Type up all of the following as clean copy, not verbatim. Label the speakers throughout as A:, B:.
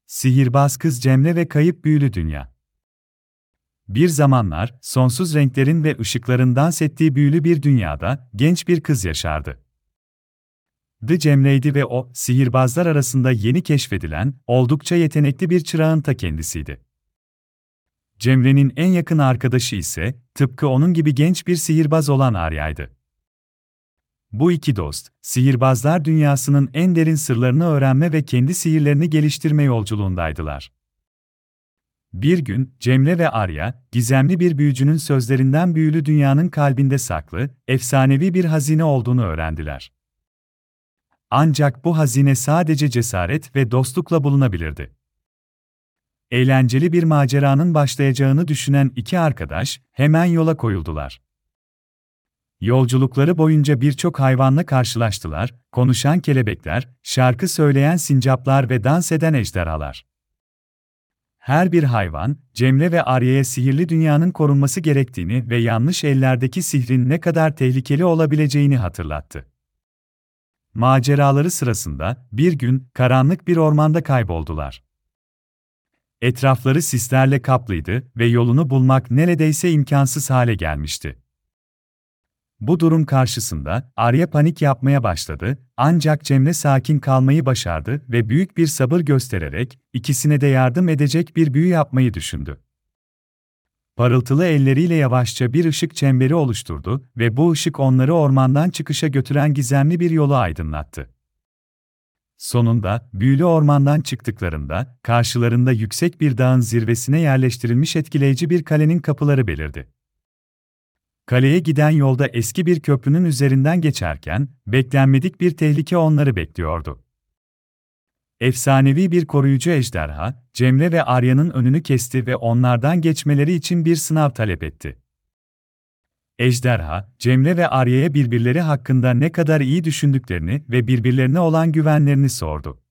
A: Sihirbaz Kız Cemre ve Kayıp Büyülü Dünya. Bir zamanlar, sonsuz renklerin ve ışıkların dans ettiği büyülü bir dünyada, genç bir kız yaşardı. Adı Cemre'ydi ve o, sihirbazlar arasında yeni keşfedilen, oldukça yetenekli bir çırağın ta kendisiydi. Cemre'nin en yakın arkadaşı ise, tıpkı onun gibi genç bir sihirbaz olan Arya'ydı. Bu iki dost, sihirbazlar dünyasının en derin sırlarını öğrenme ve kendi sihirlerini geliştirme yolculuğundaydılar. Bir gün, Cemre ve Arya, gizemli bir büyücünün sözlerinden büyülü dünyanın kalbinde saklı, efsanevi bir hazine olduğunu öğrendiler. Ancak bu hazine sadece cesaret ve dostlukla bulunabilirdi. Eğlenceli bir maceranın başlayacağını düşünen iki arkadaş, hemen yola koyuldular. Yolculukları boyunca birçok hayvanla karşılaştılar, konuşan kelebekler, şarkı söyleyen sincaplar ve dans eden ejderhalar. Her bir hayvan, Cemre ve Arya'ya sihirli dünyanın korunması gerektiğini ve yanlış ellerdeki sihrin ne kadar tehlikeli olabileceğini hatırlattı. Maceraları sırasında, bir gün, karanlık bir ormanda kayboldular. Etrafları sislerle kaplıydı ve yolunu bulmak neredeyse imkansız hale gelmişti. Bu durum karşısında Arya panik yapmaya başladı, ancak Cemre sakin kalmayı başardı ve büyük bir sabır göstererek ikisine de yardım edecek bir büyü yapmayı düşündü. Parıltılı elleriyle yavaşça bir ışık çemberi oluşturdu ve bu ışık onları ormandan çıkışa götüren gizemli bir yolu aydınlattı. Sonunda, büyülü ormandan çıktıklarında, karşılarında yüksek bir dağın zirvesine yerleştirilmiş etkileyici bir kalenin kapıları belirdi. Kaleye giden yolda eski bir köprünün üzerinden geçerken, beklenmedik bir tehlike onları bekliyordu. Efsanevi bir koruyucu ejderha, Cemre ve Arya'nın önünü kesti ve onlardan geçmeleri için bir sınav talep etti. Ejderha, Cemre ve Arya'ya birbirleri hakkında ne kadar iyi düşündüklerini ve birbirlerine olan güvenlerini sordu.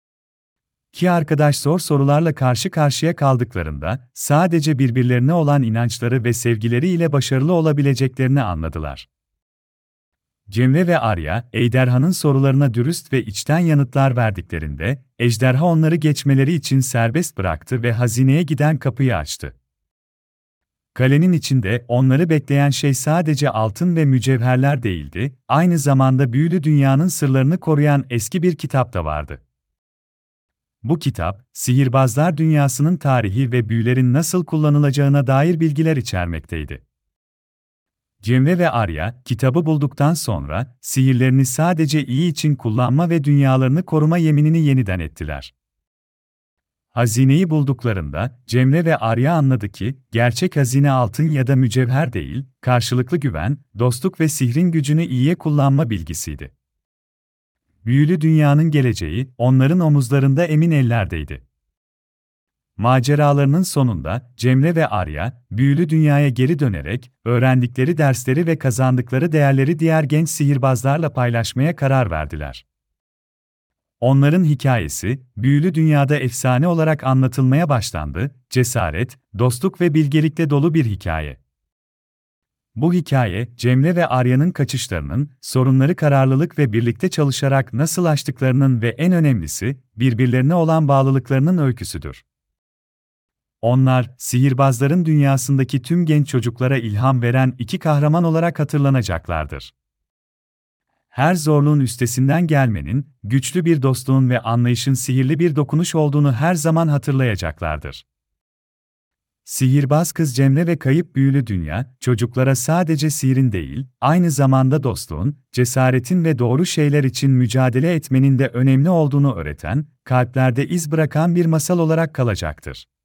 A: İki arkadaş zor sorularla karşı karşıya kaldıklarında, sadece birbirlerine olan inançları ve sevgileriyle başarılı olabileceklerini anladılar. Cemre ve Arya, ejderhanın sorularına dürüst ve içten yanıtlar verdiklerinde, ejderha onları geçmeleri için serbest bıraktı ve hazineye giden kapıyı açtı. Kalenin içinde onları bekleyen şey sadece altın ve mücevherler değildi, aynı zamanda büyülü dünyanın sırlarını koruyan eski bir kitap da vardı. Bu kitap, sihirbazlar dünyasının tarihi ve büyülerin nasıl kullanılacağına dair bilgiler içermekteydi. Cemre ve Arya, kitabı bulduktan sonra, sihirlerini sadece iyi için kullanma ve dünyalarını koruma yeminini yeniden ettiler. Hazineyi bulduklarında, Cemre ve Arya anladı ki, gerçek hazine altın ya da mücevher değil, karşılıklı güven, dostluk ve sihrin gücünü iyiye kullanma bilgisiydi. Büyülü dünyanın geleceği, onların omuzlarında emin ellerdeydi. Maceralarının sonunda, Cemre ve Arya, büyülü dünyaya geri dönerek, öğrendikleri dersleri ve kazandıkları değerleri diğer genç sihirbazlarla paylaşmaya karar verdiler. Onların hikayesi, büyülü dünyada efsane olarak anlatılmaya başlandı, cesaret, dostluk ve bilgelikle dolu bir hikaye. Bu hikaye, Cemre ve Arya'nın kaçışlarının, sorunları kararlılık ve birlikte çalışarak nasıl aştıklarının ve en önemlisi, birbirlerine olan bağlılıklarının öyküsüdür. Onlar, sihirbazların dünyasındaki tüm genç çocuklara ilham veren iki kahraman olarak hatırlanacaklardır. Her zorluğun üstesinden gelmenin, güçlü bir dostluğun ve anlayışın sihirli bir dokunuş olduğunu her zaman hatırlayacaklardır. Sihirbaz Kız Cemre ve Kayıp Büyülü Dünya, çocuklara sadece sihirin değil, aynı zamanda dostluğun, cesaretin ve doğru şeyler için mücadele etmenin de önemli olduğunu öğreten, kalplerde iz bırakan bir masal olarak kalacaktır.